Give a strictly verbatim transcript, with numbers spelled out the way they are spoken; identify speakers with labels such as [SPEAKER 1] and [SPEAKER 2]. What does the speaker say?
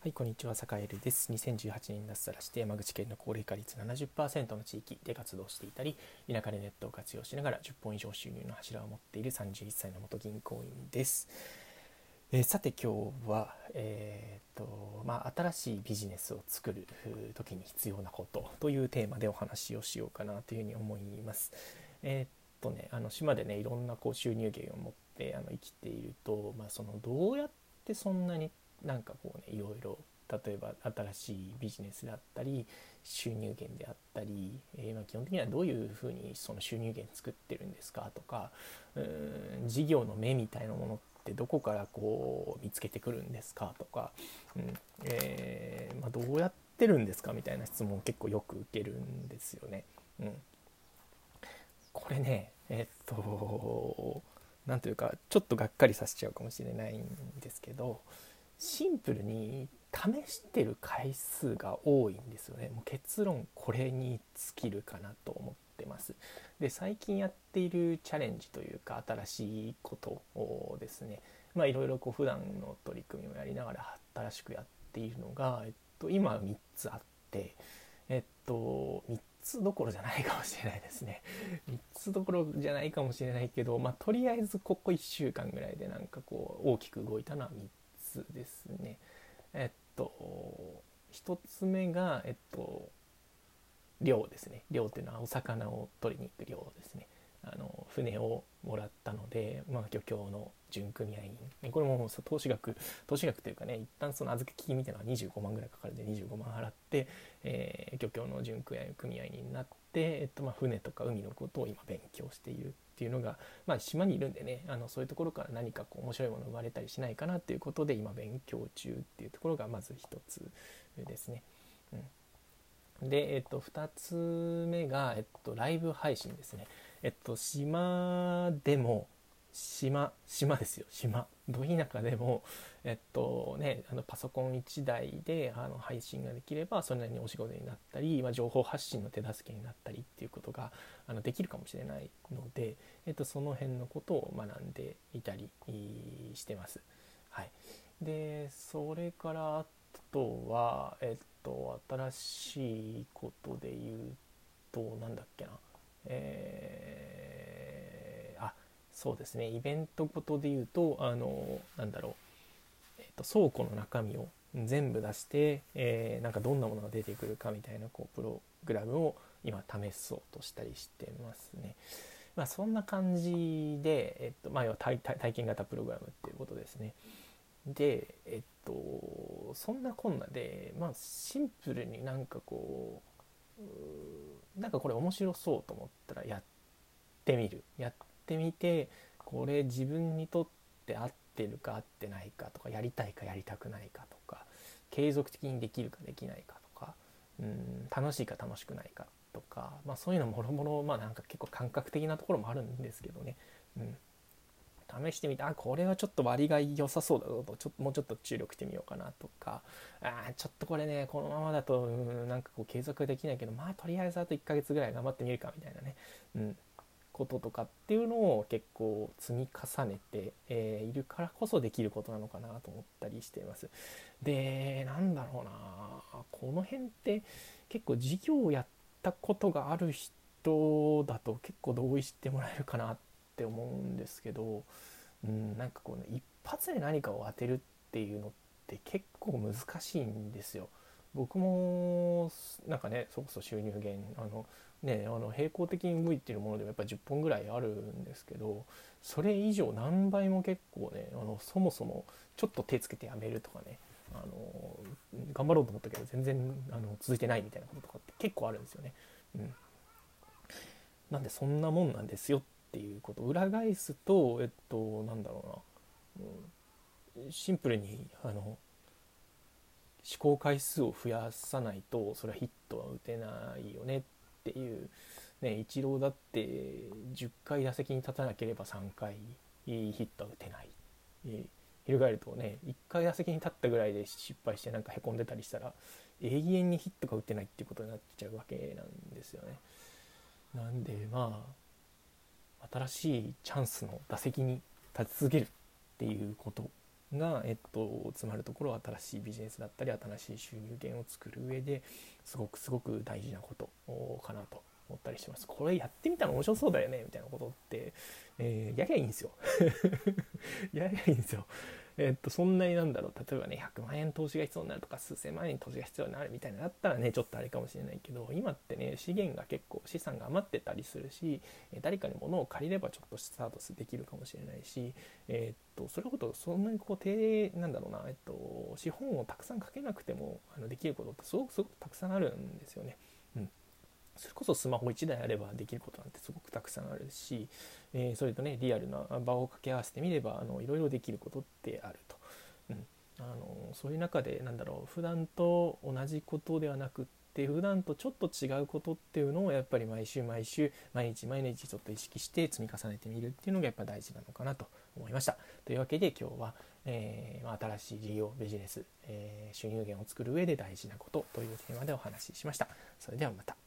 [SPEAKER 1] はい、こんにちは、坂井です。にせんじゅうはちねんに脱サラして山口県の高齢化率 ななじゅっパーセント の地域で活動していたり、田舎でネットを活用しながらじゅっぽん以上収入の柱を持っているさんじゅういっさいの元銀行員です。えー、さて今日は、えーとまあ、新しいビジネスを作る時に必要なことというテーマでお話をしようかなというふうに思います。えーとね、あの島でねいろんなこう収入源を持ってあの生きていると、まあ、そのどうやってそんなになんかこうねいろいろ例えば新しいビジネスであったり収入源であったり、えーまあ基本的にはどういうふうにその収入源作ってるんですかとか、うーん事業の目みたいなものってどこからこう見つけてくるんですかとか、うんえーまあ、どうやってるんですかみたいな質問を結構よく受けるんですよね。うん、これねえっとなんというかちょっとがっかりさせちゃうかもしれないんですけど、シンプルに試してる回数が多いんですよね。もう結論これに尽きるかなと思ってます。で最近やっているチャレンジというか新しいことをですね、まあいろいろこう普段の取り組みをやりながら新しくやっているのが、えっと、今みっつあって、えっとみっつどころじゃないかもしれないですね。みっつどころじゃないかもしれないけど、まあとりあえずここいっしゅうかんぐらいでなんかこう大きく動いたのはみっつですね。えっとひとつめがえっと漁ですね。漁っていうのはお魚を取りに行く漁ですね。あの船をもらったので、まあ、漁協の準組合員、これも投資額投資額というかね、一旦その預け金みたいなのがにじゅうごまんぐらいかかるんでにじゅうごまん払って、えー、漁協の準組合員になって、えっとまあ、船とか海のことを今勉強しているっていうのが、まあ、島にいるんでね、あのそういうところから何かこう面白いもの生まれたりしないかなっていうことで今勉強中っていうところがまず一つですね。うんで、えっと、ふたつめが、えっと、ライブ配信ですね。えっと、島でも、島、島ですよ、島。ど田舎でも、えっとね、あのパソコンいちだいであの配信ができれば、それなりにお仕事になったり、まあ、情報発信の手助けになったりっていうことがあのできるかもしれないので、えっと、その辺のことを学んでいたりしてます。はい。で、それからあとは、えっと、新しいことで言うと、なんだっけな。えー、あ、そうですね。イベントごとで言うと、あの、なんだろう。えっと、倉庫の中身を全部出して、えー、なんかどんなものが出てくるかみたいな、こう、プログラムを今試そうとしたりしてますね。まあ、そんな感じで、えっと、まあ、要は体、体験型プログラムっていうことですね。で、えっと、そんなこんなで、まあ、シンプルになんかこう、なんかこれ面白そうと思ったらやってみる。やってみて、これ自分にとって合ってるか合ってないかとか、やりたいかやりたくないかとか、継続的にできるかできないかとか、うん、楽しいか楽しくないかとか、まあそういうのもろもろ、まあなんか結構感覚的なところもあるんですけどね。うん試してみて、あ、これはちょっと割が良さそうだぞと、ちょっともうちょっと注力してみようかなとか、あちょっとこれねこのままだとうんなんかこう継続できないけど、まあとりあえずあといっかげつぐらい頑張ってみるかみたいなね、うん、こととかっていうのを結構積み重ねて、えーいるからこそできることなのかなと思ったりしています。で、なんだろうな、この辺って結構事業をやったことがある人だと結構同意してもらえるかなって思うんですけど、うん、なんかこう、ね、一発で何かを当てるっていうのって結構難しいんですよ。僕もなんかね、そこそ収入源あのね、あの平行的に動いているものでもやっぱりじゅっぽんぐらいあるんですけど、それ以上何倍も結構ね、あのそもそもちょっと手つけてやめるとかね、あの頑張ろうと思ったけど全然あの続いてないみたいなこととかって結構あるんですよね。うん、なんでそんなもんなんですよっていうことを裏返すと、えっとなんだろうな、うん、シンプルにあの試行回数を増やさないとそれはヒットは打てないよねっていう、ね、イチローだってじゅっかい打席に立たなければさんかいヒットは打てない、えー、翻るとねいっかい打席に立ったぐらいで失敗してなんかへこんでたりしたら永遠にヒットが打てないっていうことになっちゃうわけなんですよね。なんでまあ新しいチャンスの打席に立ち続けるっていうことが、えっと、詰まるところは新しいビジネスだったり新しい収入源を作る上ですごくすごく大事なことかなと思ったりします。これやってみたら面白そうだよねみたいなことって、えー、やりゃいいんですよやりゃいいんですよ。えっとそんなになんだろう、例えばねひゃくまんえん投資が必要になるとか数千万円投資が必要になるみたいなだったらねちょっとあれかもしれないけど、今ってね資源が結構資産が余ってたりするし、誰かに物を借りればちょっとスタートできるかもしれないし、えっとそれほどそんなにこう低なんだろうな、えっと資本をたくさんかけなくてもあのできることってすごくすごくたくさんあるんですよね。うん。それこそスマホいちだいあればできることなんてすごくたくさんあるし、えー、それとねリアルな場を掛け合わせてみればあのいろいろできることってあると、うん、あのそういう中でなんだろう、普段と同じことではなくって普段とちょっと違うことっていうのをやっぱり毎週毎週毎日毎日ちょっと意識して積み重ねてみるっていうのがやっぱ大事なのかなと思いました。というわけで今日は、えーまあ、新しい事業ビジネス、えー、収入源を作る上で大事なことというテーマでお話ししました。それではまた。